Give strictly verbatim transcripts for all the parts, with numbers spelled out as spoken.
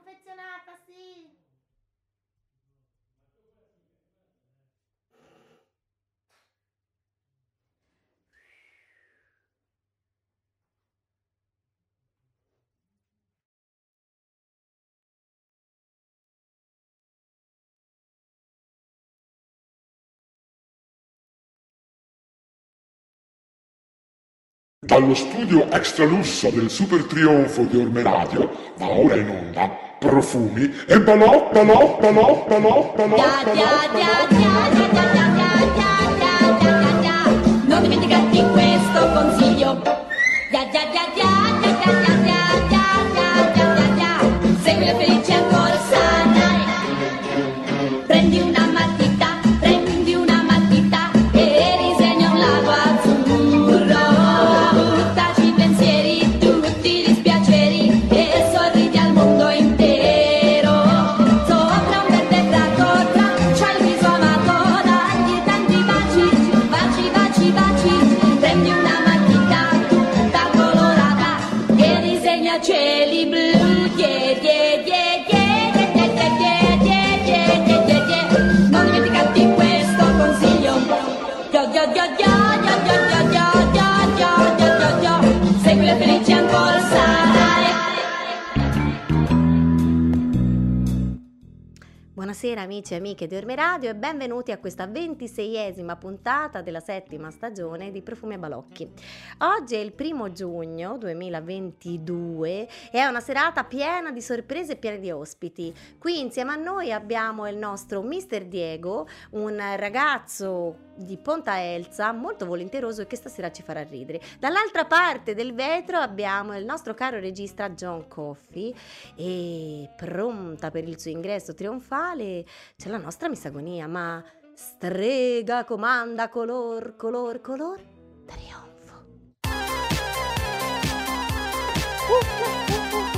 affezionata, sì. Dallo studio extra lusso del super trionfo di Orme Radio va ora in onda Profumi e balò, balò, balò, balò, balò, Ya, ya, ya, ya, ya, ya, ya, ya, ya, ya, ya, ya. Non dimenticarti questo consiglio. Ya, ya, ya, ya, ya, ya, ya, ya, ya, ya, ya, ya, ya. Segui le felici ancora sana. Prendi una matita, prendi una matita e disegna un lago azzurro. Buttaci i pensieri, tutti i dispiaceri e sorridi al mondo intero. Sopra un verde prato, traccia il viso amato, dagli tanti baci, baci, baci, baci. Prendi una matita tutta colorata e disegna cieli blu. Yeah, yeah, yeah, yeah, yeah, yeah, yeah, yeah, yeah, yeah, yeah, yeah. Non dimenticarti questo consiglio. Yo, yo, yo, yo, yo, yo, yo, yo, yo, yo, yo, yo, yo. Segui le felici ancora sane. Buonasera amici e amiche di Orme Radio e benvenuti a questa ventiseiesima puntata della settima stagione di Profumi e Balocchi. Oggi è il primo giugno duemilaventidue e è una serata piena di sorprese e piena di ospiti. Qui insieme a noi abbiamo il nostro mister Diego, un ragazzo di Ponta Elsa molto volenteroso e che stasera ci farà ridere. Dall'altra parte del vetro abbiamo il nostro caro regista John Coffey e pronta per il suo ingresso trionfale c'è la nostra Miss Agonia, ma strega comanda color, color, color, trionfo. Uh, uh, uh, uh.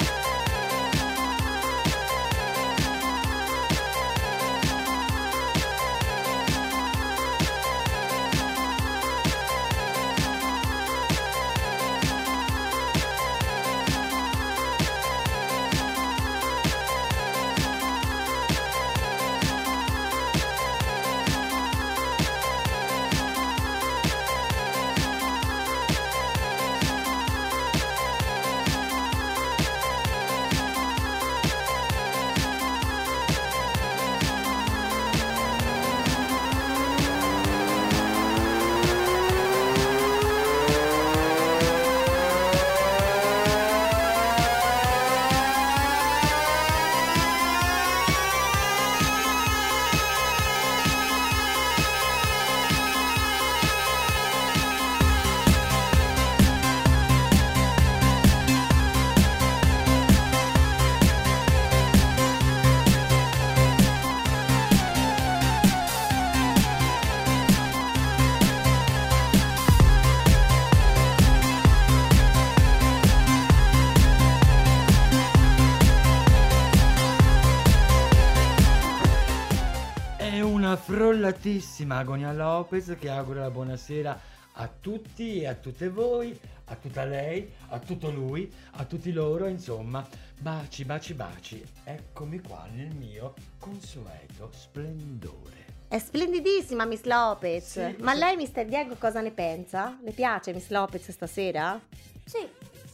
Frollatissima Agonia Lopez che augura la buonasera a tutti e a tutte voi, a tutta lei, a tutto lui, a tutti loro, insomma, baci, baci, baci. Eccomi qua nel mio consueto splendore. È splendidissima Miss Lopez, Sì, ma sì. lei mister Diego cosa ne pensa? Le piace Miss Lopez stasera? Sì.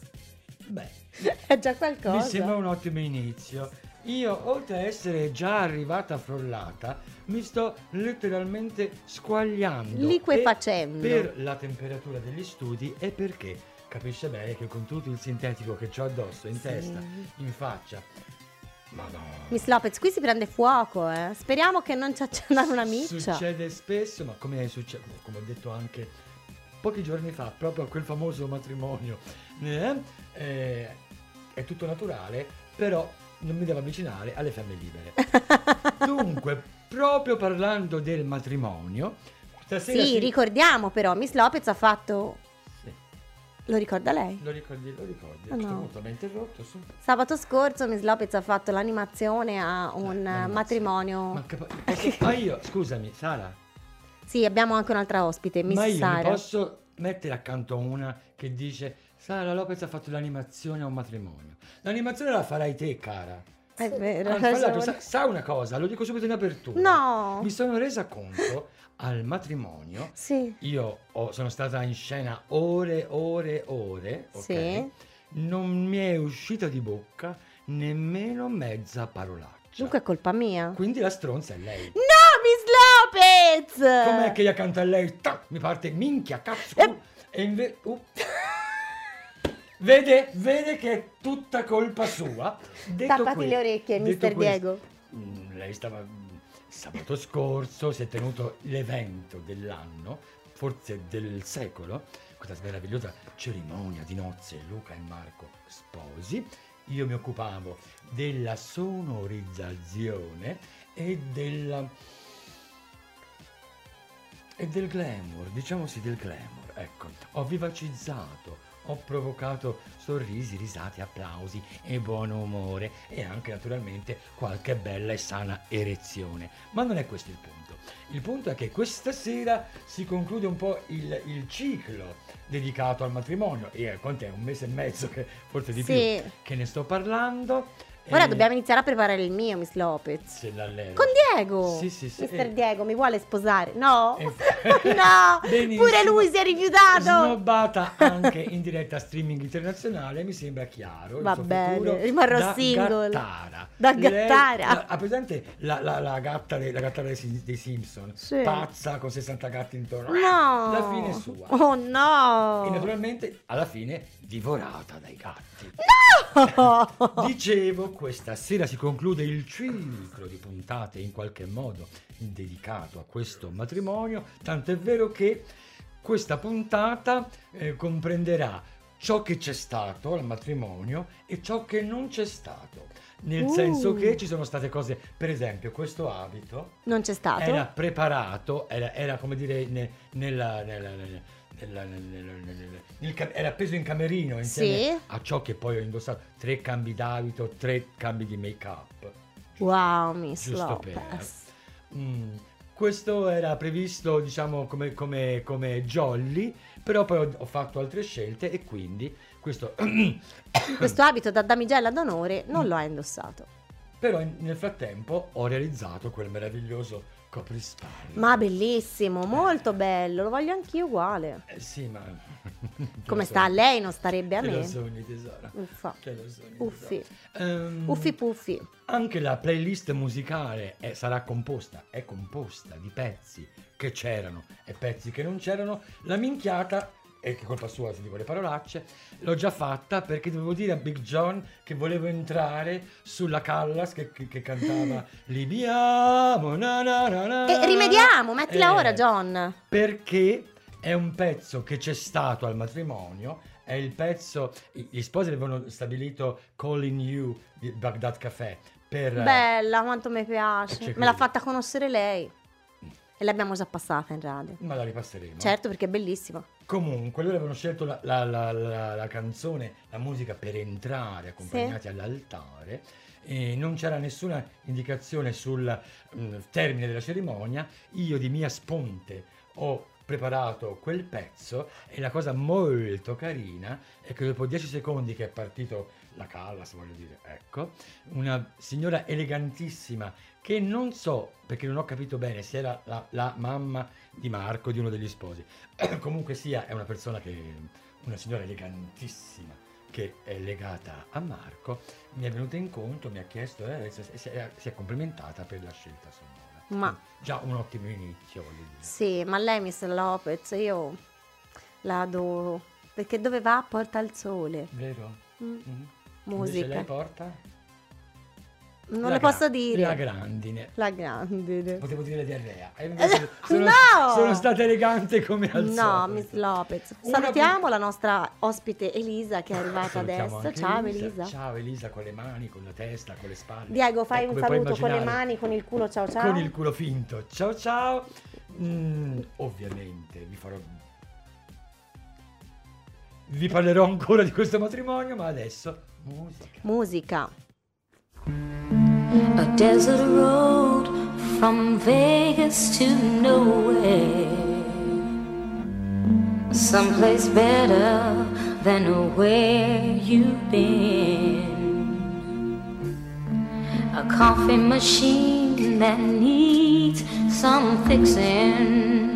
Beh, È già qualcosa. mi sembra un ottimo inizio. Io, oltre a essere già arrivata frollata, mi sto letteralmente squagliando. Liquefacendo. E per la temperatura degli studi e perché capisce bene che con tutto il sintetico che ho addosso, in Sì. testa, in faccia. Ma no. Miss Lopez, qui si prende fuoco, eh. Speriamo che non ci accendano una miccia. Succede spesso, ma come è successo, come ho detto anche pochi giorni fa, proprio a quel famoso matrimonio, eh, eh, è tutto naturale, però non mi devo avvicinare alle fiamme libere. Dunque, proprio parlando del matrimonio, stasera Sì, si- ricordiamo però, Miss Lopez ha fatto... Sì, Lo ricorda lei? lo ricordi, lo ricordi. Oh, no. Stavolta mi ha interrotto su. Sabato scorso Miss Lopez ha fatto l'animazione a un L'animazione. matrimonio. Ma, capa- posso- ma io, scusami, Sara, Sì, abbiamo anche un'altra ospite, Miss ma io Sara. mi posso mettere accanto a una che dice Sara Lopez ha fatto l'animazione a un matrimonio. L'animazione la farai te, cara. È vero, Anzi, hai tra l'altro, ragione. sa, sa una cosa, lo dico subito in apertura. No. Mi sono resa conto al matrimonio. Sì. Io ho- sono stata in scena ore, ore, ore, ok? Sì. Non mi è uscita di bocca nemmeno mezza parolaccia. Dunque è colpa mia. Quindi la stronza è lei. No, Miss Lopez! Com'è che io accanto a lei tac, mi parte minchia, cazzo, Eh. culo, e invece... Vede, vede che è tutta colpa sua. Detto Tappati que- le orecchie, detto mister questo, Diego. mm, lei stava... mm, Sabato scorso si è tenuto l'evento dell'anno, forse del secolo, questa meravigliosa cerimonia di nozze Luca e Marco sposi. Io mi occupavo della sonorizzazione e della... e del glamour, diciamo sì, del glamour, ecco. Ho vivacizzato, ho provocato sorrisi, risate, applausi e buon umore e anche naturalmente qualche bella e sana erezione. Ma non è questo il punto. Il punto è che questa sera si conclude un po' il, il ciclo dedicato al matrimonio. E quant'è? Un mese e mezzo, che forse di Sì. più, che ne sto parlando. Ora E- dobbiamo iniziare a preparare il mio, Miss Lopez. Se la lei- Con Diego. Sì, sì, sì. Mister Eh. Diego mi vuole sposare? No. Eh, No. benissimo. Pure lui si è rifiutato. Snobbata anche in diretta streaming internazionale, mi sembra chiaro. il Va suo bene, futuro rimarrò da single. Gattara. Da Lei- Gattara. la- ha presente la, la, la gatta, dei, la gattara dei, Sim- dei Simpson? Sì. Pazza con sessanta gatti intorno. No. La fine è sua. Oh no. E naturalmente alla fine divorata dai gatti. No. Dicevo, questa sera si conclude il ciclo di puntate in qualche modo dedicato a questo matrimonio, tanto è vero che questa puntata eh, comprenderà ciò che c'è stato al matrimonio e ciò che non c'è stato. Nel Uh. senso che ci sono state cose, per esempio questo abito Non c'è stato? era preparato, era, era come dire ne- nella, nella- nella- nella- nella- nella- nel ca- era appeso in camerino insieme Sì. a ciò che poi ho indossato, tre cambi d'abito, tre cambi di make up. Wow, Miss Giusto Lopez. per- Mm, questo era previsto, diciamo, come, come- come jolly, però poi ho, ho fatto altre scelte e quindi questo... Questo abito da damigella d'onore non lo ha indossato. Però in- nel frattempo ho realizzato quel meraviglioso coprispalle. Ma bellissimo, molto bello, lo voglio anch'io uguale. Eh, sì, ma... Come sta a lei non starebbe a Che lo me. sogni, tesoro. Uffa. Che lo sogni, Uffi. tesoro. Ehm, Uffi puffi. Anche la playlist musicale è- sarà composta, è composta di pezzi che c'erano e pezzi che non c'erano. La minchiata, e che colpa sua se dico le parolacce, l'ho già fatta perché dovevo dire a Big John che volevo entrare sulla Callas che, che- che cantava Libiamo, na na na na. E rimediamo, mettila Eh, ora, John. Perché è un pezzo che c'è stato al matrimonio, è il pezzo, i- gli sposi avevano stabilito Calling You di Baghdad Café per... Bella, quanto mi Eh, piace. c'è Me quello. l'ha fatta conoscere lei. E l'abbiamo già passata in radio. Ma la ripasseremo. Certo, perché è bellissima. Comunque, loro avevano scelto la, la- la- la- la canzone, la musica per entrare accompagnati all'altare e non c'era nessuna indicazione sul mm, termine della cerimonia. Io di mia sponte ho preparato quel pezzo e la cosa molto carina è che dopo dieci secondi che è partito la Callas, voglio dire, ecco, una signora elegantissima che non so, perché non ho capito bene se era la, la mamma di Marco, di uno degli sposi, comunque sia, è una persona che, una signora elegantissima che è legata a Marco, mi è venuta incontro, mi ha chiesto eh, se- se- si è, si è complimentata per la scelta sonora. Ma- Già un ottimo inizio, voglio dire. Sì, ma lei, Miss Lopez, io la adoro. Perché dove va porta il sole. Vero? Mm. Mhm. Musica. Invece lei porta? Non La le gra- posso dire. La grandine. La grande. Potevo dire diarrea. E invece sono, No! sono stata elegante come al No, solito. Miss Lopez. Una Salutiamo la nostra ospite Elisa che è arrivata Salutiamo adesso. anche Ciao Elisa. Ciao Elisa, con le mani, con la testa, con le spalle. Diego, fai Eh, un come puoi saluto con le immaginare, mani, con il culo, ciao ciao. Con il culo finto. Ciao ciao. Mm, ovviamente vi farò... Vi parlerò ancora di questo matrimonio, ma adesso musica. Musica. A desert road from Vegas to nowhere. Someplace better than where you've been. A coffee machine that needs some fixing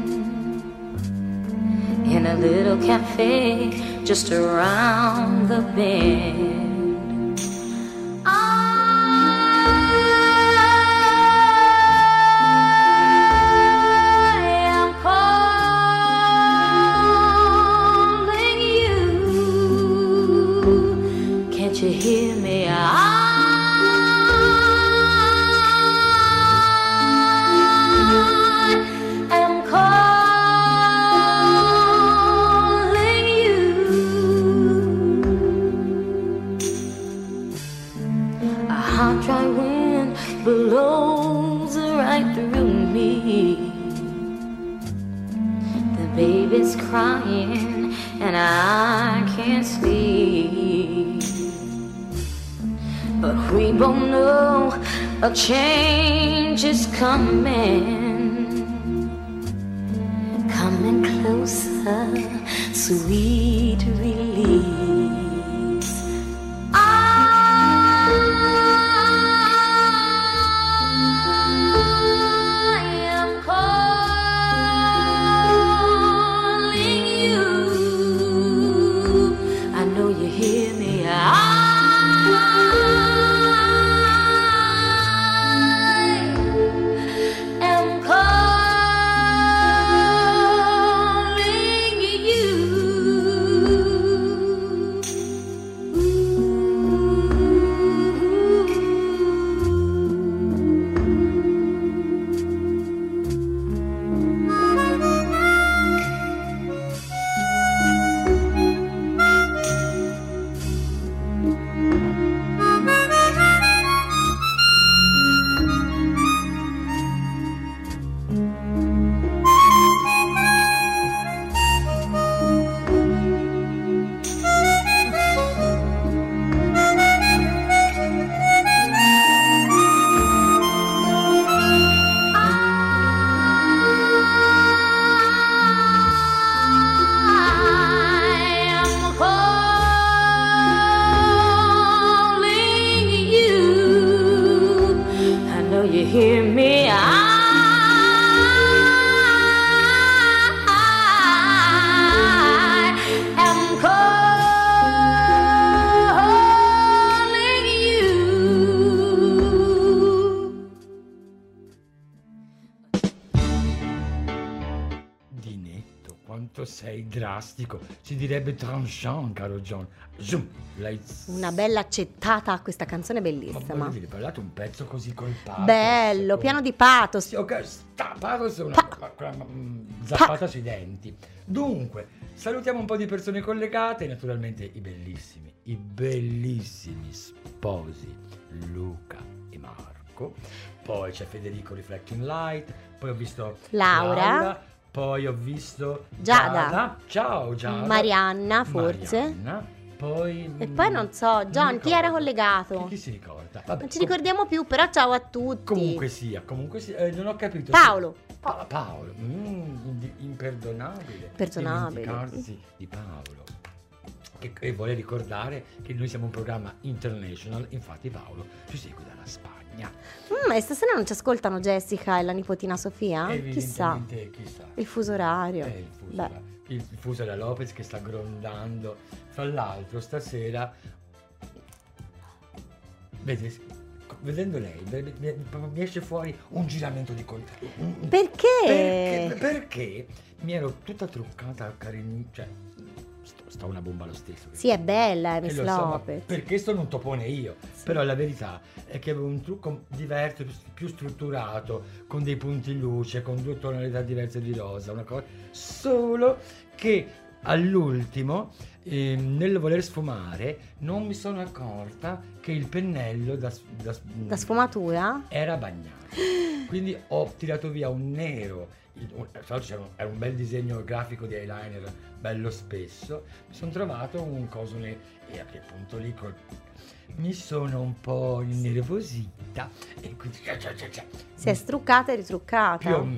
in a little cafe just around the bend. I am calling you. Can't you hear me? I am calling you. A hot dry wind blows right through me. The baby's crying and I can't sleep. But we both know a change is coming. Coming closer, sweet release. I am calling you. I know you hear me. I am calling you. You hear me? I am calling you. Dinetto, quanto sei drastico. Si direbbe tranchant, caro John. Zoom, lei... Una bella accettata a questa canzone Ma bellissima. voglio dire, parlate un pezzo così col pathos. Bello, con- piano di pathos. Sì, ok, sta pathos è una Pa- ma- quella, mm, zappata sui denti. Dunque, salutiamo un po' di persone collegate, naturalmente i bellissimi, i bellissimi sposi Luca e Marco. Poi c'è Federico Reflecting Light, poi ho visto Laura. poi ho visto Giada. Ciao Giada. Marianna, forse. Marianna. Poi, E poi non so, John, chi era collegato? Chi, chi si ricorda? Vabbè, Non ci com- ricordiamo più, però ciao a tutti. Comunque sia, comunque sia, eh, non ho capito. Paolo. Pa- Paolo, mm, indi- imperdonabile. Imperdonabile. Dimenticarsi di Paolo. E, e vuole ricordare che noi siamo un programma international, infatti Paolo ci segue dalla Spagna. Mm, e stasera non ci ascoltano Jessica e la nipotina Sofia? Chissà. Evidentemente, chissà. Il fuso orario. Eh, il fuso, Beh. il fuso della Lopez che sta grondando. Fra l'altro stasera, vedi, vedendo lei, ve- mi, mi esce fuori un giramento di coltello. Un- Perché? Perché, perché mi ero tutta truccata, carini, cioè, sto, sto una bomba lo stesso. Sì, è bella, eh, E Miss lo so, ma Lopez. perché sono un topone io, però la verità è che avevo un trucco diverso, più- più strutturato, con dei punti luce, con due tonalità diverse di rosa, una cosa, solo che all'ultimo, ehm, nel voler sfumare, non mi sono accorta che il pennello da, da- Da sfumatura? era bagnato, quindi ho tirato via un nero, il- un- tra l'altro c'era un, era un bel disegno grafico di eyeliner bello spesso, mi sono trovato un coso ne- e a quel punto lì col- mi sono un po' innervosita e quindi Si è struccata e ritruccata. più o meno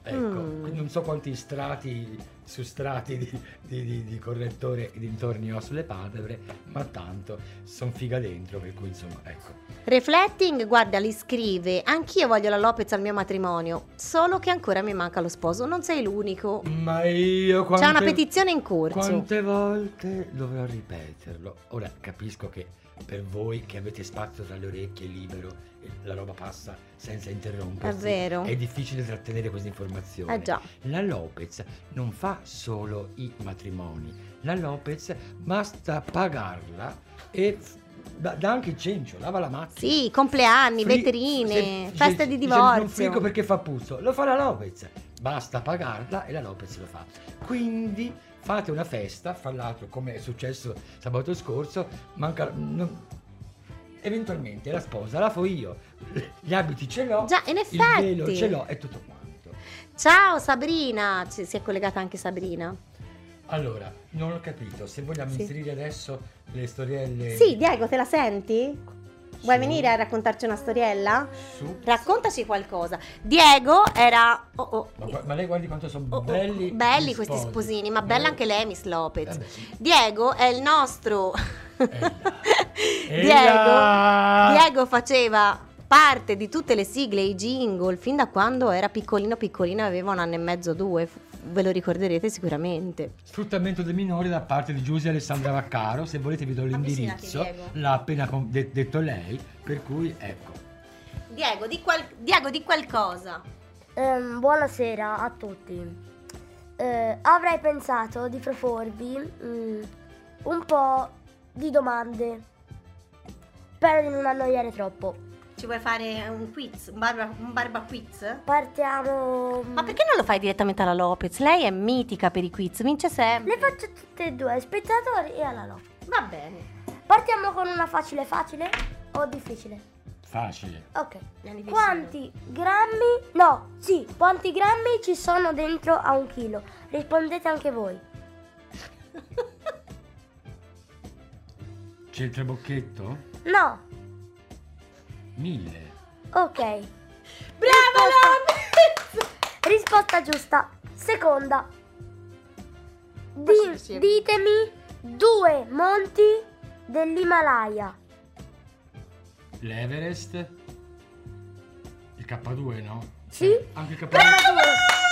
ecco, Mm. quindi non so quanti strati su strati di, di- di- di correttore dintorni ho sulle palpebre, ma tanto son figa dentro, per cui insomma, ecco. Reflecting, guarda, li scrive: anch'io voglio la Lopez al mio matrimonio, solo che ancora mi manca lo sposo. Non sei l'unico. Ma io quante, C'è una petizione in corso. quante volte dovrò ripeterlo? Ora capisco che per voi che avete spazio tra le orecchie libero e la roba passa senza interrompersi, È vero. è difficile trattenere questa informazione. Eh già. La Lopez non fa solo i matrimoni, la Lopez basta pagarla e f- dà dà anche il cencio, lava la macchina. Sì, compleanni, Fri- vetrine, se- feste se- di dice, non divorzio. frigo perché fa puzzo, lo fa la Lopez, basta pagarla e la Lopez lo fa. Quindi fate una festa, fra l'altro come è successo sabato scorso, manca, non- eventualmente la sposa la fo io, gli abiti ce l'ho, Già, in il effetti. velo ce l'ho e tutto quanto. Ciao Sabrina, ci- si è collegata anche Sabrina. Allora, non ho capito, se vogliamo Sì. inserire adesso le storielle... Sì, Diego, te la senti? Vuoi Su- venire a raccontarci una storiella? su- Raccontaci qualcosa. Diego era... oh, oh, Ma, gua- ma lei guardi quanto sono oh, oh, belli belli gli questi sposi. sposini, ma bella anche lei, Miss Lopez. Eh beh, sì. Diego è il nostro... Ehi Diego, là. Diego faceva parte di tutte le sigle, i jingle, fin da quando era piccolino piccolino, aveva un anno e mezzo, due, f- ve lo ricorderete sicuramente. Sfruttamento dei minori da parte di Giusy Alessandra Vaccaro, se volete vi do Avvicinati, l'indirizzo, Diego. l'ha appena com- de- detto lei, per cui ecco. Diego, di, qual- Diego, di qualcosa. Ehm, buonasera a tutti. Eh, avrei pensato di proporvi mm, un po' di domande per di non annoiare troppo. Ci vuoi fare un quiz, un barba, un barba quiz? Partiamo. Ma perché non lo fai direttamente alla Lopez? Lei è mitica per i quiz, vince sempre. Le faccio tutte e due, ai spettatori e alla no. Va bene. Partiamo con una facile facile o difficile? Facile. Ok. Vieni vicino. Quanti grammi? No, sì, quanti grammi ci sono dentro a un chilo? Rispondete anche voi. C'è il trabocchetto? No. Mille. Ok. Brava Lopez! Risposta giusta. Seconda. Di- Posso dirci? ditemi due monti dell'Himalaya. L'Everest. Il K due, no? Sì. Anche il K K due. due.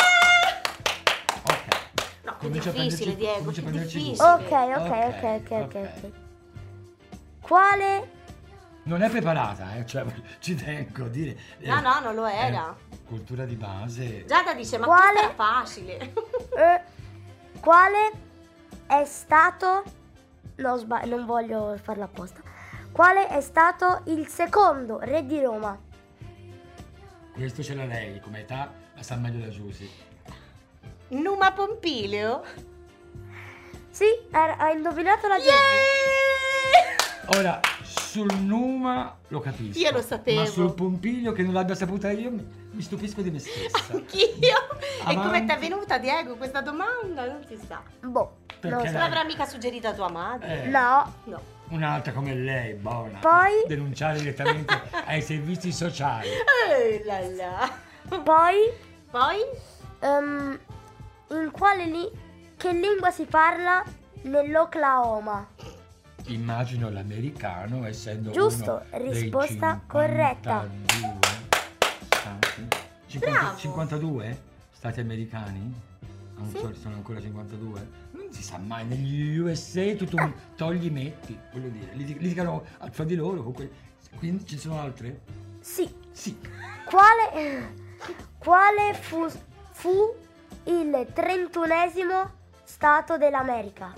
No, è Comincia a difficile, prenderci- Diego, comincia a è prenderci difficile. Ok, ok, ok, ok, ok, ok. Quale? Non è preparata, eh? Cioè, ci tengo a dire. eh, No, no, non lo era. eh, cultura di base. Giada dice, ma Quale? questo era facile. eh, quale è stato? No, sba- non voglio farlo apposta. Quale è stato il secondo re di Roma? Questo ce l'ha lei, come età la sa meglio la Giusy. Numa Pompilio? Sì, ha ha indovinato la Giusy. Yeah! Ora, sul Numa lo capisco. Io lo sapevo. Ma sul Pompiglio che non l'abbia saputa io mi, mi stupisco di me stessa. Anch'io. E come Avanti. ti è venuta, Diego, questa domanda? Non si sa. Boh, Perché non Non so. lei- l'avrà mica suggerita tua madre. Eh, No. No. Un'altra come lei, buona. Poi? Denunciare direttamente ai servizi sociali. Eh, là, là. Poi, Poi? ehm, in quale li- che lingua si parla nell'Oklahoma? Immagino l'americano, essendo Giusto, uno dei risposta corretta. cinquantadue stati. cinquanta Bravo. cinquantadue stati americani? Ancora, sono ancora cinquantadue? Non si sa mai, negli U S A tutto un togli metti, voglio dire, litig- litigano fra di loro, comunque, quindi ci sono altre? Sì. Sì. Quale, quale fu, fu il trentunesimo stato dell'America?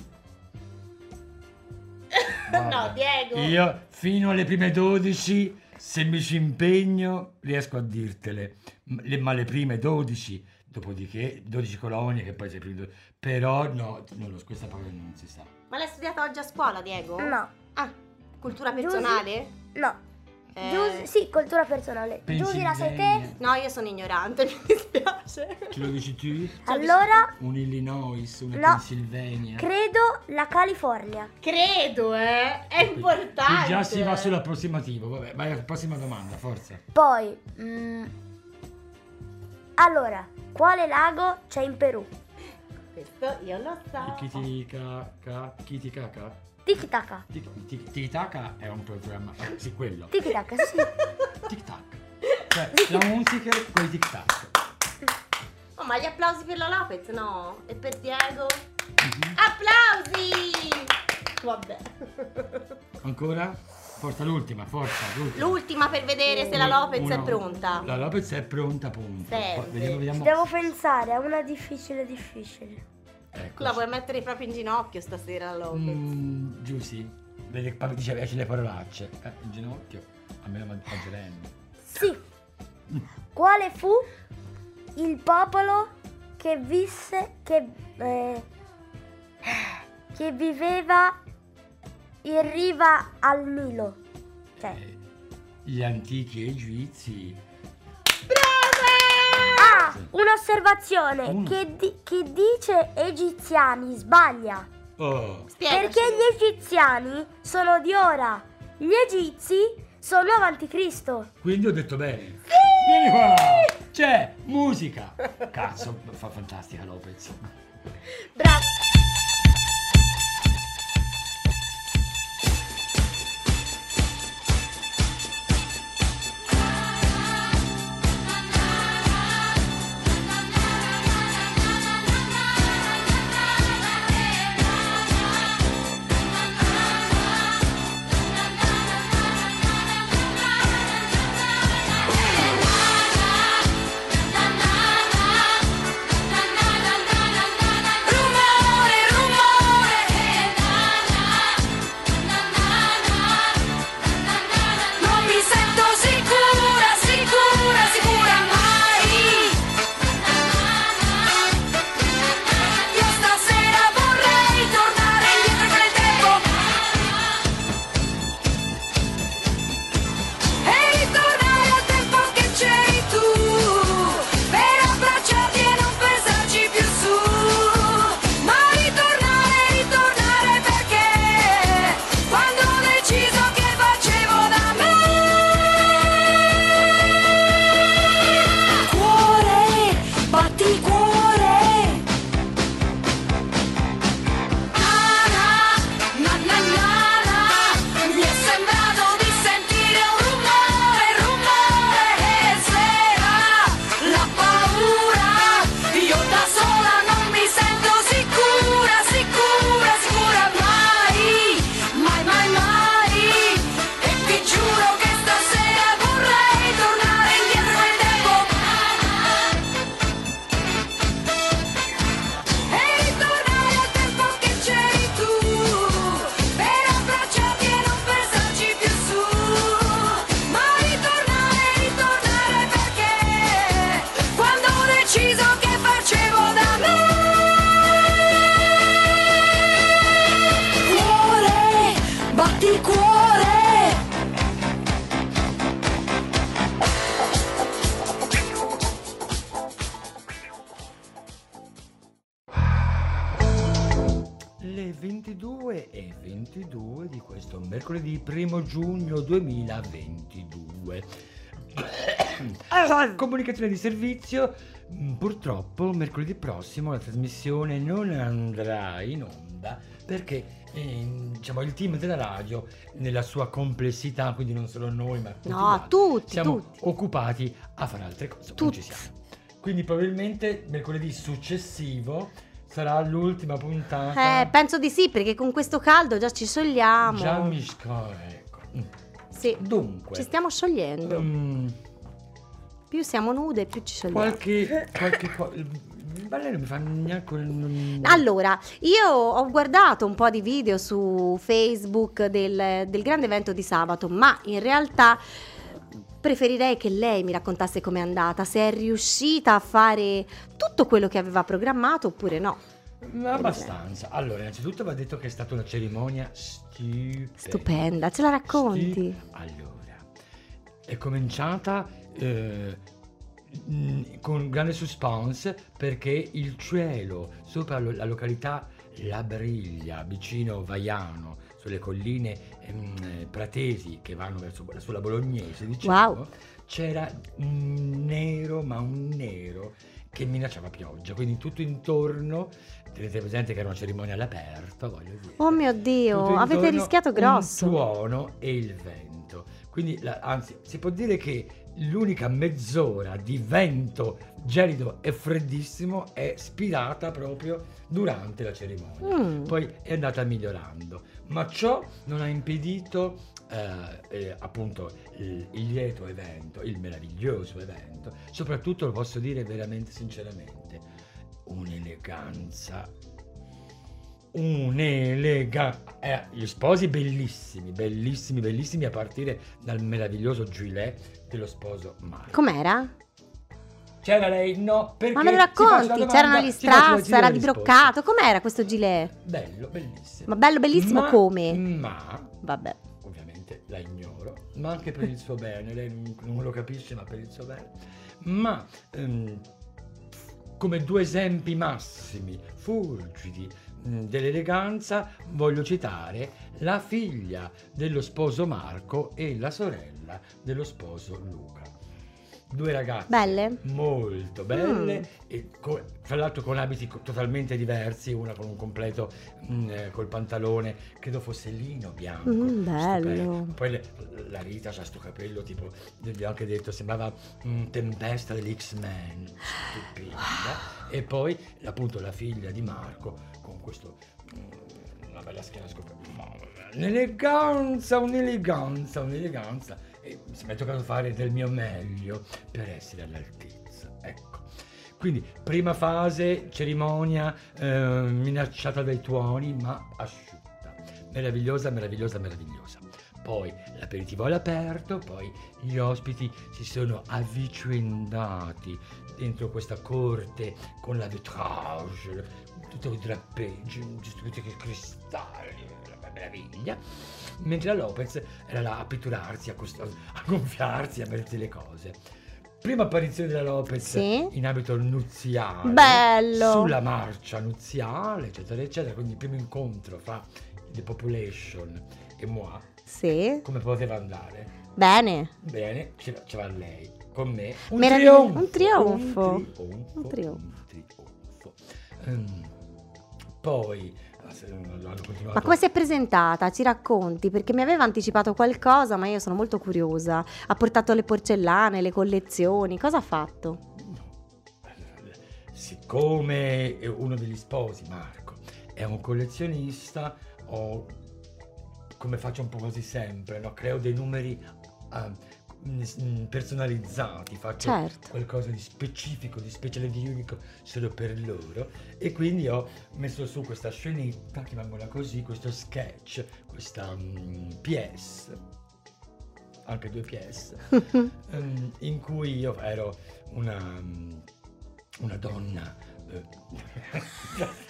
No, Diego. Io fino alle prime dodici, se mi ci impegno, riesco a dirtele, M- le- ma le prime dodici, dopodiché dodici colonie che poi sei primi dodici, però no, non lo, questa parola non si sa. Ma l'hai studiata oggi a scuola, Diego? No. Ah, cultura personale? No. Eh, Giusy- sì, cultura personale. Giusy la sai te? No, io sono ignorante, mi dispiace. Ce lo dici tu? Allora, Un Illinois, una No. Pennsylvania. credo la California. Credo, eh. È importante. Qui già si va sull'approssimativo, vabbè, vai alla prossima domanda, forza. Poi, mm, allora, Quale lago c'è in Perù? Questo io lo so. Kitikaca, Kitikaca. Tiki-taka. Tikitaka è un programma, ah, sì, quello. Tiki-taka, sì. Tic tac. Cioè, la musica con i tic tac. Oh, ma gli applausi per la Lopez, no? E per Diego? Mhm. Applausi! Vabbè. Ancora? Forza l'ultima, forza, l'ultima. L'ultima per vedere se la Lopez Una- è pronta. La Lopez è pronta, punto. Serve. Poi Vediamo, vediamo. Devo pensare a una difficile difficile. Ecco. La vuoi mettere proprio in ginocchio stasera la Lopez? Mm, giù sì. Vedi che papà diceva esce le parolacce. Eh, in ginocchio. A me la mangerendo. Sì. Quale fu il popolo che visse che eh, che viveva in riva al Nilo? Cioè, Eh, gli antichi egizi. ah, Sì. un'osservazione Uno. che, di- che dice egiziani sbaglia. Oh, Spiegaci. Perché gli egiziani sono di ora, gli egizi sono avanti Cristo. quindi ho detto bene. Vieni qua. C'è musica. Cazzo, fa fantastica Lopez. Bravo. Rumore, rumore, non mi sento sicura, sicura, sicura mai. Io stasera vorrei tornare indietro nel tempo e ritornare al tempo che c'eri tu, per abbracciarti e non pensarci più su, ma ritornare, ritornare perché quando ho deciso che facevo da me. Cuore, batti cuore. Na na na na na, mi è sembrato di sentire un rumore, rumore e sera la paura. Io da sola non mi sento sicura, sicura, sicura mai, mai, mai, mai. E ti giuro che stasera vorrei tornare indietro nel tempo e ritornare al tempo che c'eri tu, per abbracciarti e non pensarci più su, ma ritornare, ritornare perché quando ho deciso che facevo da me. Cuore, batti cuore. Le ventidue e ventidue di questo mercoledì primo giugno duemilaventidue. Comunicazione di servizio. Mm, Purtroppo mercoledì prossimo la trasmissione non andrà in onda perché ehm, diciamo, il team della radio nella sua complessità, quindi non solo noi ma tutti, No, gli altri, tutti, siamo tutti. occupati a fare altre cose. Non Tutti. ci siamo. Quindi probabilmente mercoledì successivo sarà l'ultima puntata. Eh, penso di sì, perché con questo caldo già ci sciogliamo. Già mi scorre, ecco. Mm. Sì, Dunque, ci stiamo sciogliendo. mm, Più siamo nude, più ci sciogliamo. qualche qualche co- ma lei non mi fa neanche un- Allora, io ho guardato un po' di video su Facebook del, del grande evento di sabato, ma in realtà preferirei che lei mi raccontasse com'è andata, se è riuscita a fare tutto quello che aveva programmato oppure no. Ma abbastanza. Allora, innanzitutto va detto che è stata una cerimonia stupenda. Stupenda, ce la racconti? Sti- Allora, è cominciata eh, mh, con grande suspense perché il cielo sopra lo- la località La Briglia, vicino Vaiano, sulle colline ehm, pratesi che vanno verso sulla Bolognese, diciamo, Wow. c'era un nero, ma un nero che minacciava pioggia, quindi tutto intorno, tenete presente che era una cerimonia all'aperto, voglio dire. Oh mio Dio, Tutto avete intorno rischiato grosso. Un tuono e il vento. Quindi, la- anzi, si può dire che l'unica mezz'ora di vento gelido e freddissimo è spirata proprio durante la cerimonia. Mm. Poi è andata migliorando, ma ciò non ha impedito eh, eh, appunto il, il lieto evento, il meraviglioso evento, soprattutto lo posso dire veramente sinceramente, un'eleganza, un'eleganza, eh, gli sposi bellissimi, bellissimi, bellissimi a partire dal meraviglioso gilet dello sposo Marco. Com'era? C'era lei? No, perché Ma me lo si faccia la racconti? domanda, C'erano gli si faccia la- strass, si dia era la di risposta. broccato. Com'era questo gilet? Bello, bellissimo. Ma bello, bellissimo Ma- come? Ma, Vabbè. ovviamente la ignoro, ma anche per il suo bene, lei non, non lo capisce, ma per il suo bene. Ma ehm, come due esempi massimi, fulgidi mh, dell'eleganza, voglio citare la figlia dello sposo Marco e la sorella dello sposo Luca. Due ragazze Belle? molto belle, Mm. e co- tra l'altro con abiti co- totalmente diversi, una con un completo mh, eh, col pantalone, credo fosse lino bianco, Mm, bello. stupendo. Poi le- la Rita c'ha sto capello tipo, gli ho anche detto, sembrava un Tempesta degli X-Men, stupenda. E poi appunto la figlia di Marco con questo, mm, una bella schiena scoperta, un'eleganza, un'eleganza, un'eleganza. E mi è toccato fare del mio meglio per essere all'altezza, ecco. Quindi prima fase, cerimonia eh, minacciata dai tuoni, ma asciutta, meravigliosa, meravigliosa, meravigliosa. Poi l'aperitivo all'aperto, poi gli ospiti si sono avvicendati dentro questa corte con la vitrage, tutti i drappeggi, tutti i cristalli, una meraviglia. Mentre la Lopez era là a pitturarsi, a, cost- a gonfiarsi, a mettersi le cose. Prima apparizione della Lopez Sì. in abito nuziale, Bello. sulla marcia nuziale, eccetera, eccetera. Quindi il primo incontro fra The Population e moi, Sì. come poteva andare? Bene. Bene, ce va, ce va lei, con me. Un Meravigli- trionfo, un trionfo. un trionfo, Un trionfo. un trionfo. Ehm, poi se non hanno continuato. Ma come si è presentata? Ci racconti? Perché mi aveva anticipato qualcosa, ma io sono molto curiosa. Ha portato le porcellane, le collezioni, cosa ha fatto? Siccome è uno degli sposi, Marco, è un collezionista, ho, come faccio un po' quasi sempre, no? Creo dei numeri ah, mm, personalizzati, faccio Certo. qualcosa di specifico, di speciale, di unico solo per loro, e quindi ho messo su questa scenetta, chiamiamola così, questo sketch, questa mm, pièce, anche due pièce, ehm, in cui io ero una, mm, una donna, eh,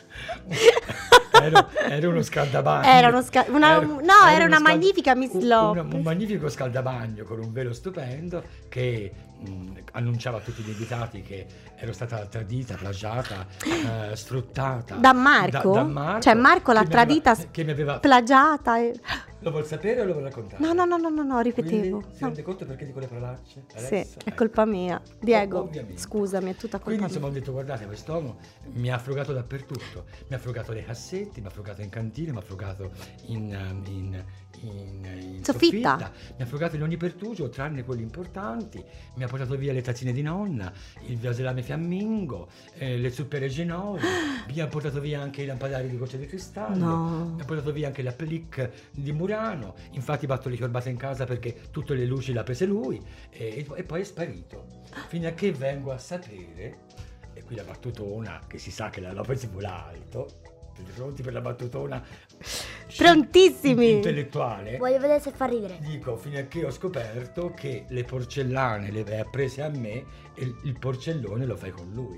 ero, ero uno scaldabagno. Era uno sca- una- Ero- no, ero era uno una magnifica Miss un- Lopez. una- un magnifico scaldabagno con un velo stupendo che mh, annunciava a tutti gli invitati che ero stata tradita, plagiata, eh, sfruttata Da Marco? da, da Marco, Cioè Marco l'ha che mi aveva- tradita, che mi aveva plagiata. e- lo vuol sapere o lo vuol raccontare? No, no, no, no, no, no, ripetevo. Quindi, si No. rende conto perché dico le parolacce? Sì, Adesso? è Ecco. colpa mia. Diego, Ovviamente. scusami, è tutta colpa Quindi insomma ho mia. detto, guardate, quest'uomo mi ha frugato dappertutto, mi ha frugato nei cassetti, mi ha frugato in cantina, mi ha frugato in, um, in, in, in Soffitta. soffitta, mi ha frugato in ogni pertugio, tranne quelli importanti, mi ha portato via le tazzine di nonna, il vaselame fiammingo, eh, le zuppe regionali, mi ha portato via anche i lampadari di goccia di cristallo, No. mi ha portato via anche la plic di Murano, infatti batto le chiorbate in casa perché tutte le luci le ha prese lui, e, e poi è sparito, fino a che vengo a sapere, e qui la battutona, che si sa che la Lopez vola alto, siete pronti per la battutona? Prontissimi! Intellettuale. Voglio vedere se fa ridere. Dico, fino a che ho scoperto che le porcellane le hai prese a me e il- il porcellone lo fai con lui.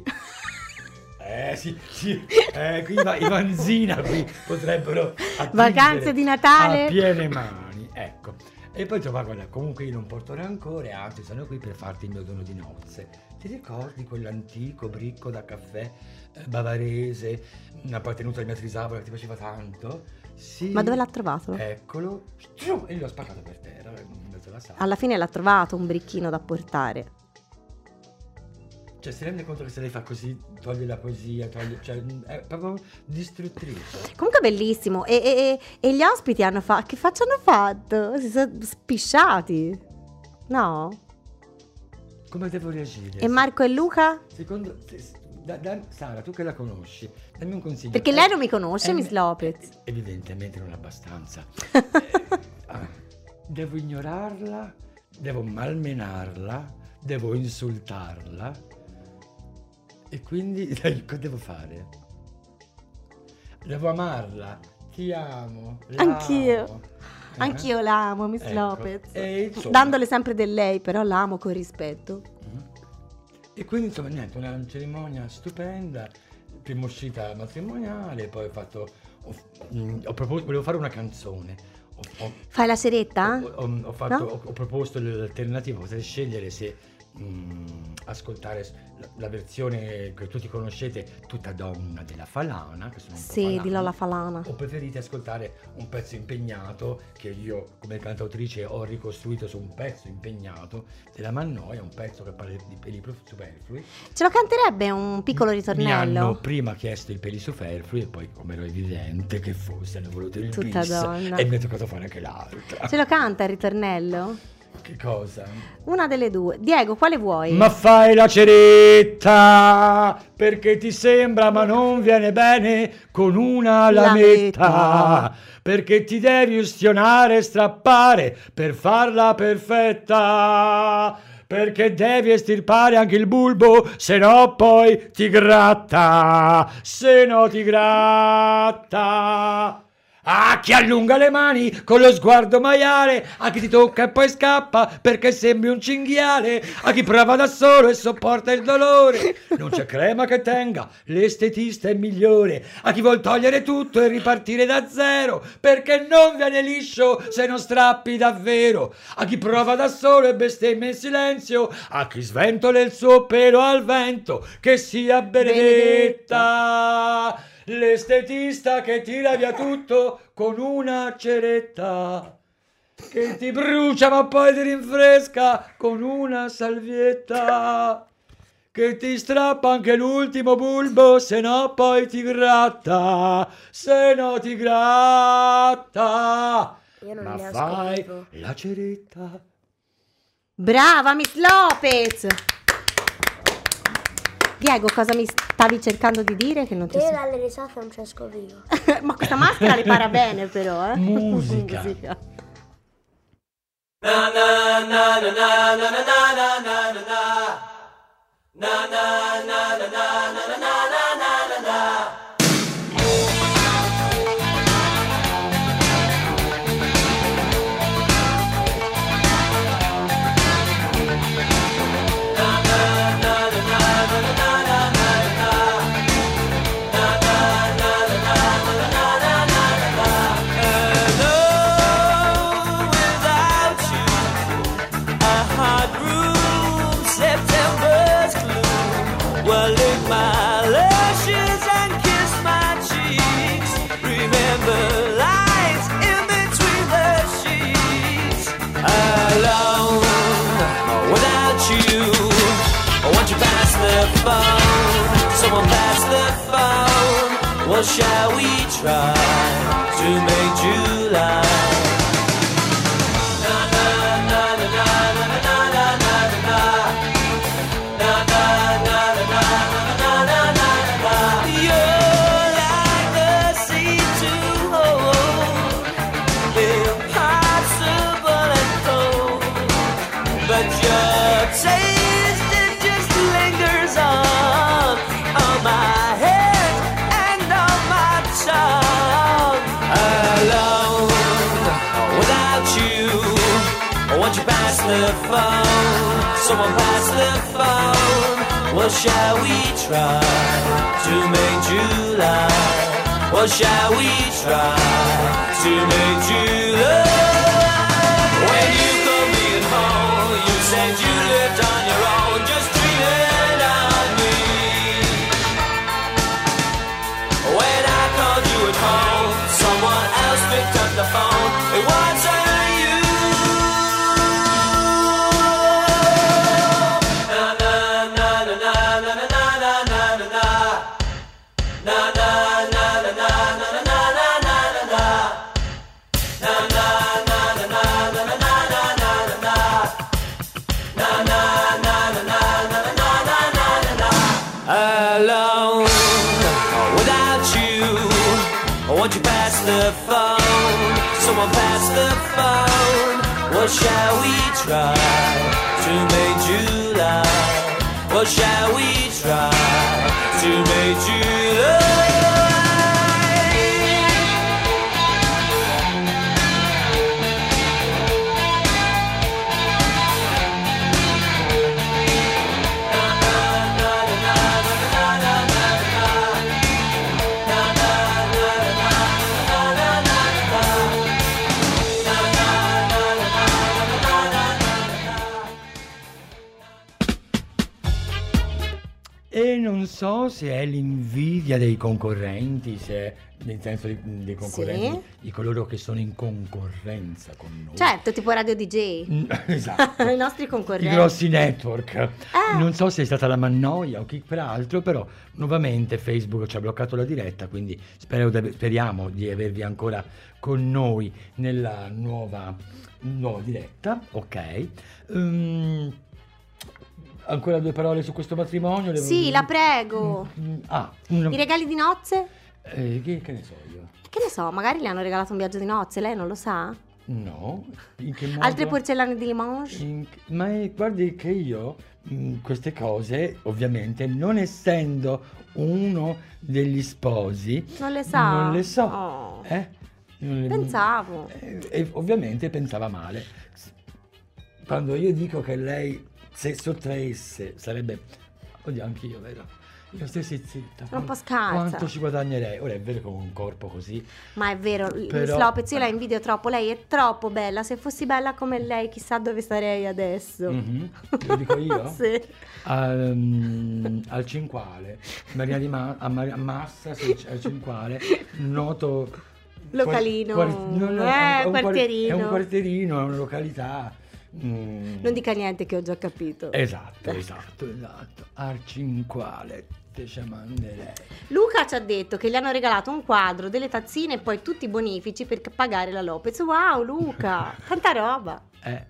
Eh sì, sì, eh, qui va, i Vanzina qui potrebbero attingere Vacanze di Natale. a piene mani, ecco. E poi dicevo, guarda, comunque io non porto rancore, anzi sono qui per farti il mio dono di nozze. Ti ricordi quell'antico bricco da caffè eh, bavarese, appartenuto alla mia trisavola, che ti piaceva tanto? Sì. Ma dove l'ha trovato? Eccolo, Ciu! E l'ho spaccato per terra, in mezzo alla sala. Alla fine l'ha trovato un bricchino da portare. Cioè, si rende conto che se lei fa così, toglie la poesia, toglie, cioè, è proprio distruttrice. Comunque bellissimo. E, e- e- e gli ospiti hanno fatto. Che faccia hanno fatto? Si sono spisciati. No? Come devo reagire? E Marco e Luca? Secondo se- da- da- Sara, tu che la conosci, dammi un consiglio. Perché Eh, lei non mi conosce, eh, Miss Lopez. Evidentemente non abbastanza. Eh, ah, devo ignorarla, devo malmenarla, devo insultarla. E quindi cosa devo fare? Devo amarla. Ti amo. l'amo. Anch'io. Eh? Anch'io l'amo, Miss Ecco. Lopez. E insomma- Dandole sempre del lei, però l'amo con rispetto. E quindi insomma niente, una cerimonia stupenda, prima uscita matrimoniale, poi ho fatto, ho, mm, ho proposto, volevo fare una canzone, ho, ho- Fai la seretta? ho- ho- ho fatto- No? ho- ho proposto l'alternativa, potete scegliere se mm, ascoltare la, la versione che tutti conoscete, Tutta donna della Falana, che sono un po' Sì, falana, di Lola Falana. o preferite ascoltare un pezzo impegnato che io come cantautrice ho ricostruito su un pezzo impegnato della Mannoia, un pezzo che parla di peli superflui. Ce lo canterebbe un piccolo Mi hanno ritornello? prima chiesto i peli superflui e poi, come era evidente che fosse, hanno voluto il Tutta bis donna. e mi è toccato fare anche l'altra. Ce lo canta il ritornello? Che cosa? Una delle due. Diego, quale vuoi? Ma fai la ceretta perché ti sembra ma non viene bene con una lametta, Lametta. perché ti devi ustionare e strappare per farla perfetta, perché devi estirpare anche il bulbo, se no poi ti gratta, se no ti gratta. A chi allunga le mani con lo sguardo maiale, a chi ti tocca e poi scappa perché sembri un cinghiale, a chi prova da solo e sopporta il dolore, non c'è crema che tenga, l'estetista è migliore, a chi vuol togliere tutto e ripartire da zero perché non viene liscio se non strappi davvero, a chi prova da solo e bestemmia in silenzio, a chi sventola il suo pelo al vento, che sia benedetta. L'estetista che tira via tutto con una ceretta, che ti brucia ma poi ti rinfresca con una salvietta, che ti strappa anche l'ultimo bulbo, se no poi ti gratta, se no ti gratta. Io non Ma ne fai ascolto. la ceretta. Brava, Miss Lopez! Diego, cosa mi stavi cercando di dire che non ti Io so- dalle risate non ci esco vivo. Ma questa maschera le para bene però, eh? Musica. Musica. September's gloom. Well, lick my lashes and kiss my cheeks. Remember lines in between the sheets. Alone without you. Won't you pass the phone? Someone pass the phone. Well, shall we try to make July? The phone, someone pass the phone. Well, shall we try to make July? Well, shall we try to make July? When you come in home, you said you lived on your own, just dreaming on me. When I called you at home, someone else picked up the phone. It wasn't you. Na na na na na alone without you. Won't you pass the phone? Someone pass the phone. What shall we try to make July? What shall we try to make July? E non so se è l'invidia dei concorrenti, se è nel senso di- dei concorrenti, Sì. di coloro che sono in concorrenza con noi. Certo, tipo Radio D J. Mm, esatto. I nostri I concorrenti. grossi network. Eh. Non so se è stata la mannoia o chi peraltro, però nuovamente Facebook ci ha bloccato la diretta, quindi spero di ave- speriamo di avervi ancora con noi nella nuova, nuova diretta. Ok. Ehm, ancora due parole su questo matrimonio? Le- Sì, la prego. Mm, Ah, un- I regali di nozze? eh, che, che ne so io? Che ne so, magari le hanno regalato un viaggio di nozze, lei non lo sa? No, in che modo? Altre porcellane di Limoges? In- ma è- guardi che io mh, queste cose, ovviamente, non essendo uno degli sposi, Non le sa? non le so. Oh. eh? Non le- Pensavo. Eh, e ovviamente pensava male. Quando io dico che lei, se sottraesse, sarebbe... Oddio, anch'io, vero? Io stessi zitta. Sono un po' scarsa. Quanto ci guadagnerei? Ora è vero che con un corpo così... Ma è vero, Miss Però- Lopez, io la invidio troppo, lei è troppo bella. Se fossi bella come lei, chissà dove sarei adesso. Mhm. Lo dico io? Sì. al, mm, al Cinquale, Maria di Ma- a, Mar- a Massa, sì, al Cinquale, noto Localino, quar- no, no, eh, è un quar- quartierino. È un quartierino, è una località. mm, Non dica niente che ho già capito. Esatto, esatto, esatto. Al Cinquale, te ci manderei. Luca ci ha detto che gli hanno regalato un quadro, delle tazzine e poi tutti i bonifici per pagare la Lopez. Wow, Luca, tanta roba. Eh.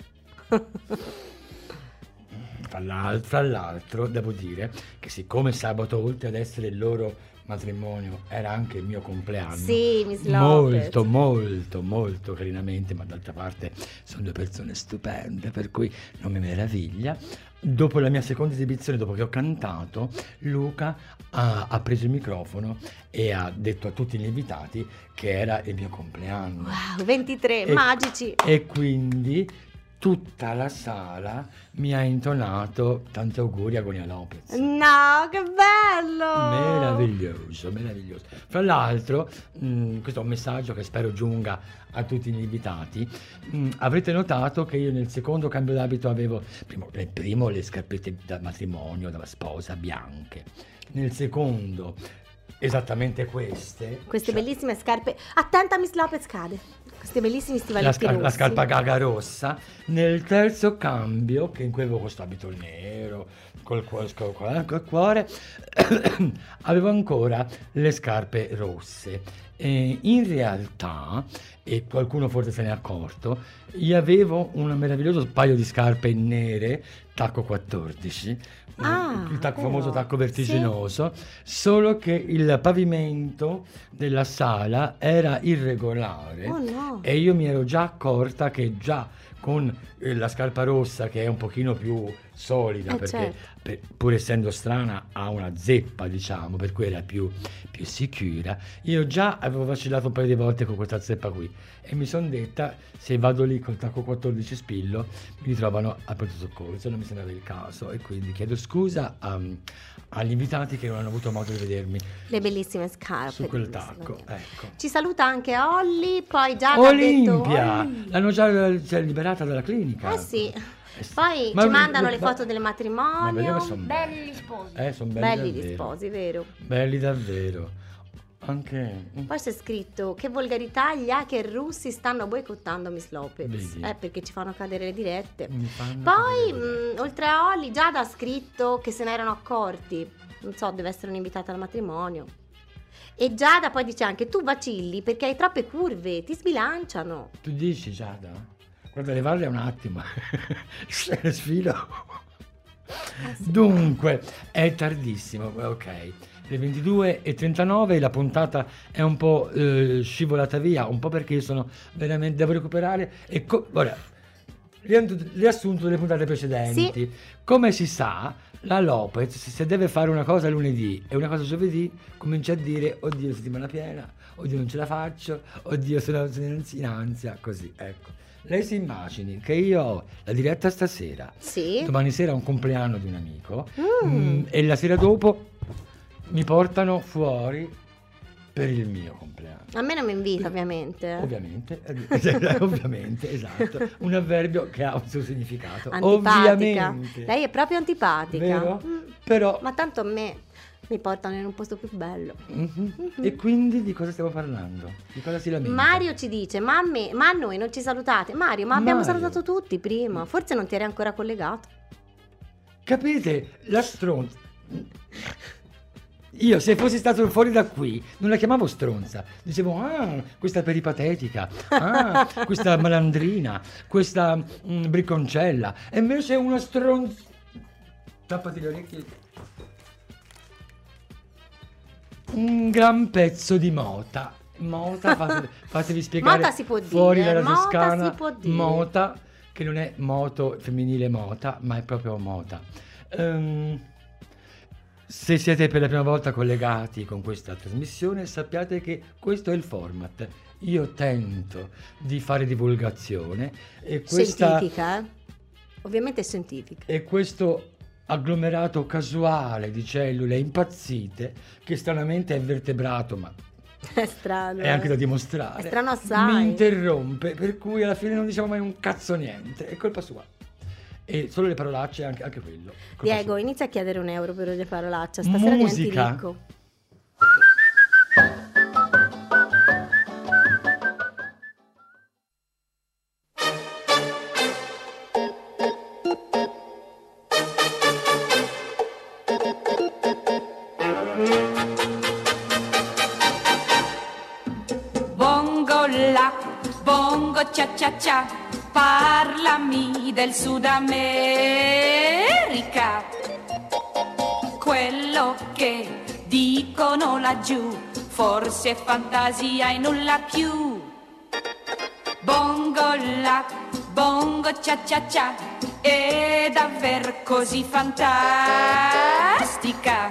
Fra l'al- fra l'altro, devo dire che siccome sabato, oltre ad essere il loro matrimonio, era anche il mio compleanno, Sì, Miss Lopez. molto, molto, molto carinamente, ma d'altra parte sono due persone stupende, per cui non mi meraviglia. Dopo la mia seconda esibizione, dopo che ho cantato, Luca ha, ha preso il microfono e ha detto a tutti gli invitati che era il mio compleanno. Wow, ventitré, E- magici. E quindi tutta la sala mi ha intonato tanti auguri a Gonia Lopez. No, che bello! Meraviglioso, meraviglioso. Fra l'altro, mh, questo è un messaggio che spero giunga a tutti gli invitati. Mh, avrete notato che io nel secondo cambio d'abito avevo, primo, nel primo le scarpette da matrimonio, dalla sposa, bianche. Nel secondo, esattamente queste. Queste Cioè, bellissime scarpe. Attenta, Miss Lopez cade. Questi bellissimi la, stivaletti sca- la rossi. scarpa gaga rossa. Nel terzo cambio, che in cui avevo questo abito nero col cuore, col, col cuore avevo ancora le scarpe rosse. E in realtà, e qualcuno forse se n'è accorto, io avevo un meraviglioso paio di scarpe nere tacco quattordici, Ah, il tacco, vero. famoso tacco vertiginoso, solo che il pavimento della sala era irregolare. Oh no. E io mi ero già accorta che già con eh, la scarpa rossa, che è un pochino più solida, Eh, perché certo. per- pur essendo strana ha una zeppa, diciamo, per cui era più, più sicura, io già avevo vacillato un paio di volte con questa zeppa qui e mi sono detta, se vado lì col tacco quattordici spillo mi ritrovano al pronto soccorso, non mi sembrava il caso, e quindi chiedo scusa a- agli invitati che non hanno avuto modo di vedermi Le bellissime scarpe. su quel di Miss tacco. Lopez. Ecco. Ci saluta anche Olli, poi Giada ha detto... Olimpia! Olli. L'hanno già cioè, liberata dalla clinica. Eh sì. Eh sì. Poi Ma- ci mandano le ma- foto del ma matrimonio. vediamo se sono Belli gli sposi. Eh, sono belli, Belli gli davvero. sposi, vero? Belli davvero. Anche... Poi c'è scritto che volgarità, gli hacker russi stanno boicottando Miss Lopez. Vedi? Eh, perché ci fanno cadere le dirette. mi fanno Poi, cadere. mh, oltre a Olli, Giada ha scritto che se ne erano accorti. Non so, deve essere un'invitata al matrimonio. E Giada poi dice anche, tu vacilli perché hai troppe curve, ti sbilanciano. Tu dici, Giada? Guarda, levarle un attimo. Se ne sfilo. Dunque, è tardissimo, ok. Le ventidue e trentanove, la puntata è un po' eh, scivolata via, un po' perché io sono veramente, devo recuperare e co- ora, riassunto riassunto delle puntate precedenti. Sì. Come si sa, la Lopez, se deve fare una cosa lunedì e una cosa giovedì, comincia a dire oddio settimana piena, oddio non ce la faccio, oddio sono sono in ansia, così, ecco. Lei si immagini che io ho la diretta stasera, Sì. domani sera è un compleanno di un amico Mm. mm, e la sera dopo mi portano fuori per il mio compleanno. A me non mi invita, ovviamente. Ovviamente, eh, ovviamente, esatto, un avverbio che ha un suo significato. Antipatica. Ovviamente. Lei è proprio antipatica. Vero? Mm. Però Ma tanto a me mi portano in un posto più bello. Mhm. E quindi di cosa stiamo parlando? Di cosa si lamenta? Mario ci dice: ma a, me, ma a noi non ci salutate? Mario, ma abbiamo Mario. salutato tutti prima. Forse non ti eri ancora collegato. Capite? La stronza. Io se fossi stato fuori da qui non la chiamavo stronza, dicevo ah questa peripatetica, ah questa malandrina, questa mm, bricconcella, e invece è una stronza. Tappati le orecchie. Un gran pezzo di mota. Mota, fate- fatevi spiegare. Mota si può fuori dire, dalla mota Toscana. si può dire. Mota, che non è moto femminile mota, ma è proprio mota. Ehm, se siete per la prima volta collegati con questa trasmissione, sappiate che questo è il format. Io tento di fare divulgazione e questa Scientifica, eh? Ovviamente è scientifica. e questo agglomerato casuale di cellule impazzite, che stranamente è vertebrato, ma È strano. è anche eh. da dimostrare, È strano assai. mi interrompe, per cui alla fine non diciamo mai un cazzo niente, è colpa sua. E solo le parolacce, anche, anche quello. colpa Diego, sua. inizia a chiedere un euro per le parolacce. Stasera diventi Musica. ricco. Bongo la, bongo cia cia cia, parlami del Sud America. Quello che dicono laggiù, forse è fantasia e nulla più. Bongo la, bongo cia cia cia, è davvero così fantastica.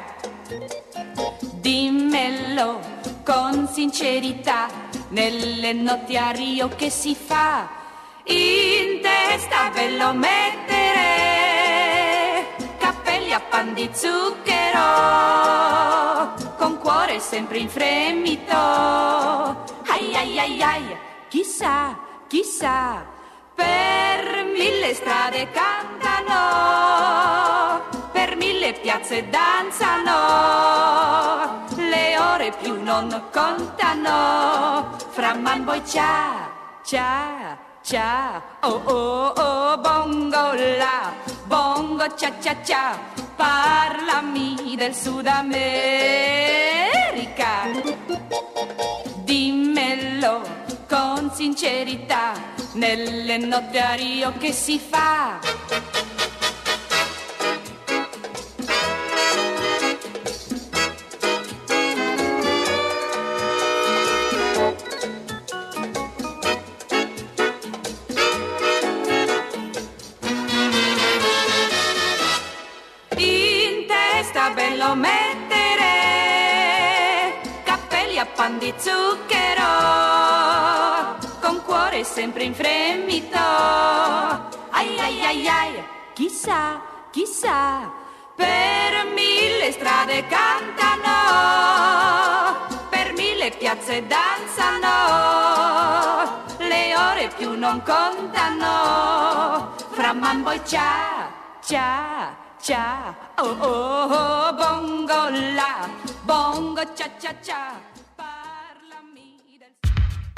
Dimmelo con sincerità, nelle notti a Rio che si fa? In testa ve lo mettere, capelli a pan di zucchero, con cuore sempre in fremito. Ai ai ai ai, chissà, chissà, per mille strade cantano, per mille piazze danzano, le ore più non contano, fra man boy cia, cia, cia, oh oh oh, bongo la, bongo cia cia cia, parlami del Sud America, dimmelo con sincerità, nelle notti a Rio che si fa? In testa bello mettere, capelli a pan di zucchero, con cuore sempre in fremito. Ai ai ai ai, chissà, chissà, per mille strade cantano, per mille piazze danzano, le ore più non contano, fra man boy cia, cia, cia, oh oh oh, bongo la, bongo cia cia cia, parlami del...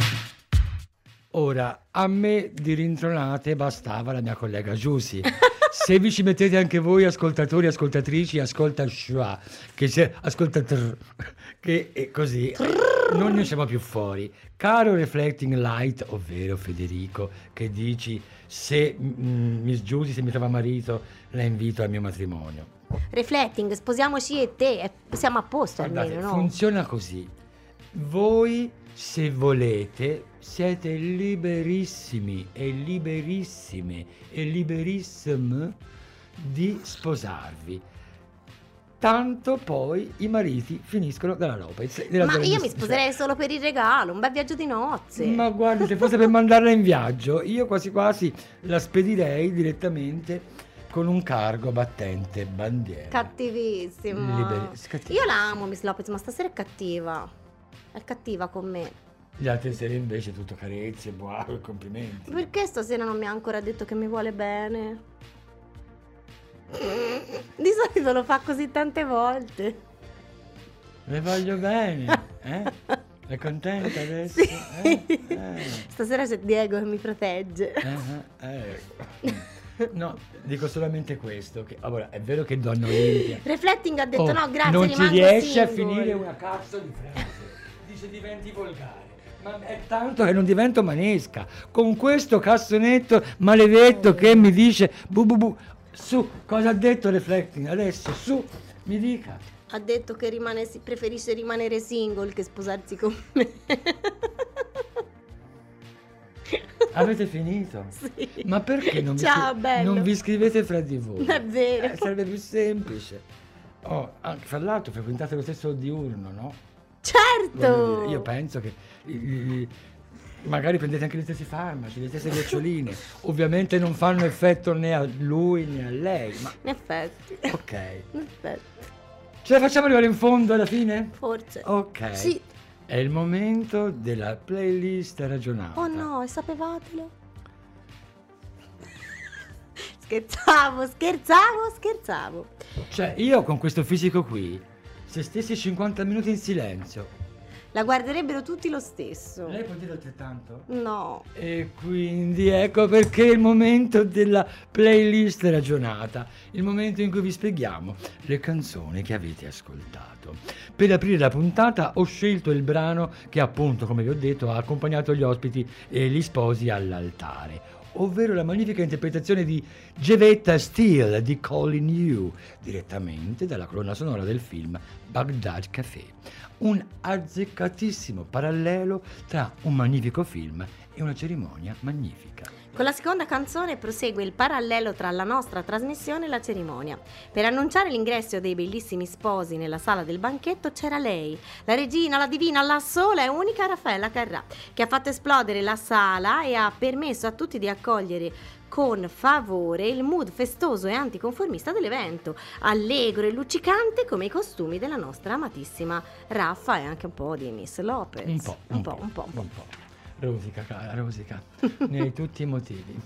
Ora, a me di rintronate bastava la mia collega Giusy. Se vi ci mettete anche voi, ascoltatori, ascoltatrici, ascolta schwa, che se ascolta trrr, che è così, non ne siamo più fuori. Caro Reflecting Light, ovvero Federico, che dici se mm, Miss Giusy, se mi trova marito, la invito al mio matrimonio. Reflecting, sposiamoci io e te, e siamo a posto. Guardate, almeno, no? funziona così. Voi, se volete, siete liberissimi e liberissime e liberissime di sposarvi. Tanto poi i mariti finiscono dalla Lopez. della Ma zona io mi industriale. sposerei solo per il regalo, un bel viaggio di nozze. Ma guardi, se fosse per mandarla in viaggio, io quasi quasi la spedirei direttamente con un cargo battente bandiera. Cattivissima. Liberi- cattiva. Io la amo Miss Lopez, ma stasera è cattiva. È cattiva con me. Le altre sere invece tutto carezze, buono e complimenti. Perché stasera non mi ha ancora detto che mi vuole bene? Di solito lo fa così tante volte. Le voglio bene, eh? È contenta adesso? Sì. Eh? Eh. Stasera c'è Diego che mi protegge. Eh, eh, ecco. No, dico solamente questo, che allora è vero che Donna Olimpia Reflecting ha detto oh, no, grazie, non ci rimango riesce a single. finire una cazzo di frase, dice diventi volgare. Ma è tanto che non divento manesca con questo cassonetto maledetto che mi dice bu bu bu. Su, cosa ha detto Reflecting adesso? Su, mi dica. Ha detto che rimane, preferisce rimanere single che sposarsi con me. Avete finito? Sì. Ma perché non vi, Ciao, scri- bello. non vi scrivete fra di voi? È vero. Eh, sarebbe più semplice. Oh, anche fra l'altro frequentate lo stesso diurno, no? Voglio Certo. dire, io penso che i- i- magari prendete anche gli stessi farmaci, le stesse goccioline. Ovviamente non fanno effetto né a lui né a lei, ma In effetti. ok. In effetti. Ce la facciamo arrivare in fondo alla fine? Forse. Ok. Sì. È il momento della playlist ragionata. Oh no, e sapevatelo? Scherzavo, scherzavo, scherzavo. Cioè, io con questo fisico qui, se stessi cinquanta minuti in silenzio, La guarderebbero tutti lo stesso. lei può dire altrettanto? No. E quindi ecco perché è il momento della playlist ragionata, il momento in cui vi spieghiamo le canzoni che avete ascoltato. Per aprire la puntata ho scelto il brano che appunto, come vi ho detto, ha accompagnato gli ospiti e gli sposi all'altare, ovvero la magnifica interpretazione di Gevetta Steele di Calling You, direttamente dalla colonna sonora del film Baghdad Café. Un azzeccatissimo parallelo tra un magnifico film e una cerimonia magnifica. Con la seconda canzone prosegue il parallelo tra la nostra trasmissione e la cerimonia. Per annunciare l'ingresso dei bellissimi sposi nella sala del banchetto c'era lei, la regina, la divina, la sola e unica Raffaella Carrà, che ha fatto esplodere la sala e ha permesso a tutti di accogliere con favore il mood festoso e anticonformista dell'evento, allegro e luccicante come i costumi della nostra amatissima Raffa e anche un po' di Miss Lopez. Un po', un po', un po', un po'. un po'. Rosica, cara, rosica, ne hai tutti i motivi.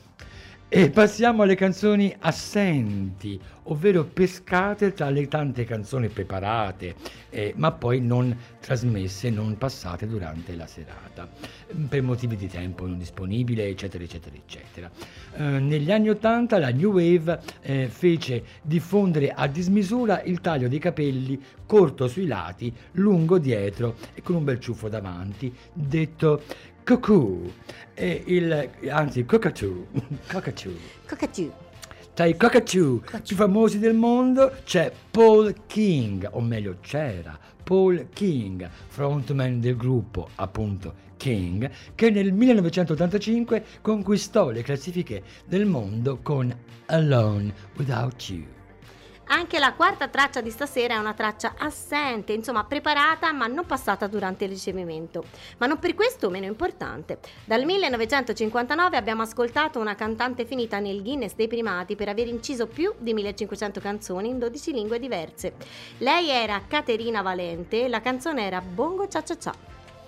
E passiamo alle canzoni assenti, ovvero pescate tra le tante canzoni preparate, eh, ma poi non trasmesse, non passate durante la serata, per motivi di tempo non disponibile, eccetera, eccetera, eccetera. Eh, negli anni Ottanta la New Wave eh, fece diffondere a dismisura il taglio dei capelli corto sui lati, lungo dietro e con un bel ciuffo davanti, detto cuckoo, e il, anzi cockatoo, cockatoo. Cockatoo. Tra i cockatoo più famosi del mondo c'è Paul King, o meglio c'era Paul King, frontman del gruppo appunto King, che nel millenovecentottantacinque conquistò le classifiche del mondo con Alone Without You. Anche la quarta traccia di stasera è una traccia assente, insomma preparata ma non passata durante il ricevimento, ma non per questo meno importante. Dal millenovecentocinquantanove abbiamo ascoltato una cantante finita nel Guinness dei primati per aver inciso più di millecinquecento canzoni in dodici lingue diverse. Lei era Caterina Valente e la canzone era Bongo Cia Cia Cia.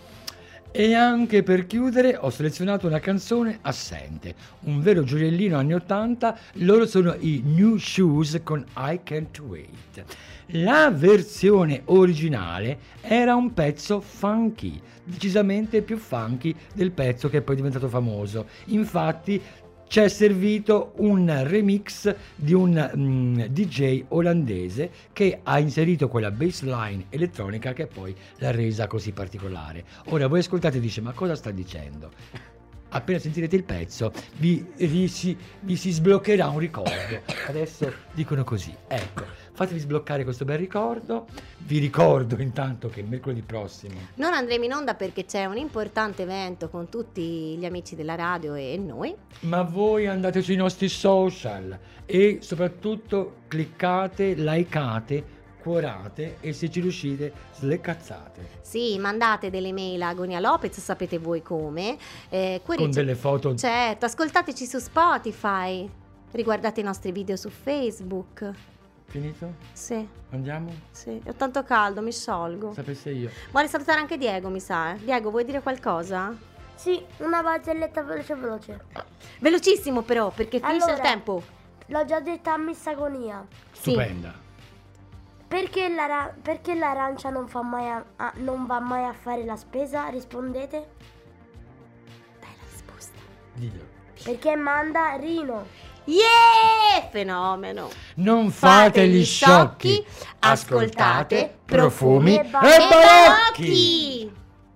E anche per chiudere ho selezionato una canzone assente, un vero gioiellino anni ottanta, loro sono i New Shoes con I Can't Wait. La versione originale era un pezzo funky, decisamente più funky del pezzo che è poi diventato famoso, infatti ci è servito un remix di un mm, D J olandese che ha inserito quella bassline elettronica che poi l'ha resa così particolare. Ora voi ascoltate e dice: ma cosa sta dicendo? Appena sentirete il pezzo vi, vi, si, vi si sbloccherà un ricordo. Adesso dicono così, ecco, fatevi sbloccare questo bel ricordo. Vi ricordo intanto che mercoledì prossimo non andremo in onda perché c'è un importante evento con tutti gli amici della radio e noi. Ma voi andate sui nostri social e soprattutto cliccate, likeate, cuorate e se ci riuscite sleccazzate. Sì, mandate delle mail a Agonia Lopez, sapete voi come. Eh, Con delle foto. Certo, ascoltateci su Spotify, riguardate i nostri video su Facebook. Finito? Sì. Andiamo? Sì, ho tanto caldo, mi sciolgo. Sapesse io. Vuole salutare anche Diego, mi sa. eh? Diego, vuoi dire qualcosa? Sì, una barzelletta veloce veloce. Velocissimo però, perché finisce Allora, il tempo. L'ho già detta a Miss Agonia. Stupenda. Perché, l'ara- perché l'arancia non, fa mai a- a- non va mai a fare la spesa? Rispondete. Dai la risposta. Dillo. Perché manda Rino. Yeah! Fenomeno. Non fate gli sciocchi, ascoltate Profumi e Balocchi.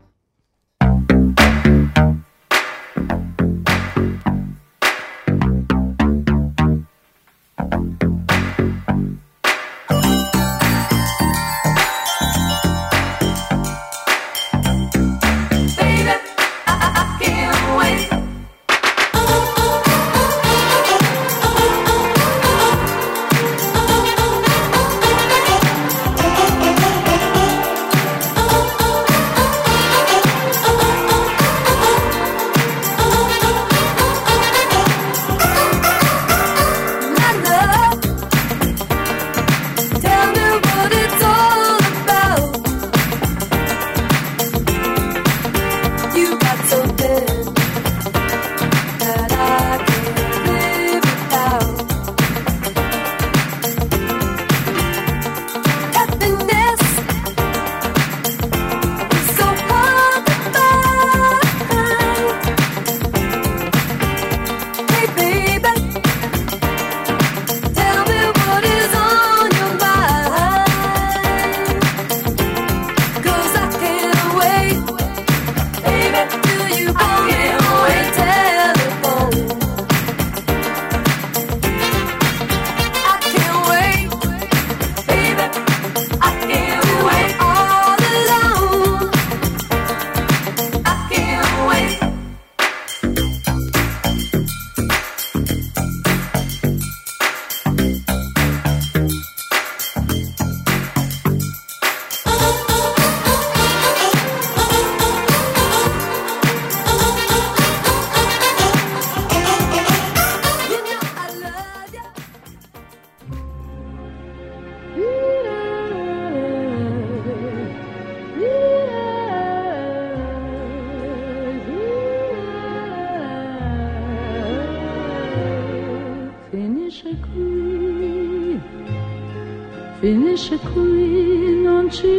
Finisce qui, non ci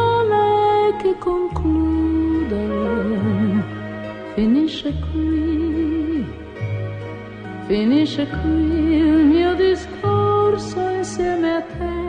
rimane che concluda. Finisce qui, finisce qui il mio discorso insieme a te.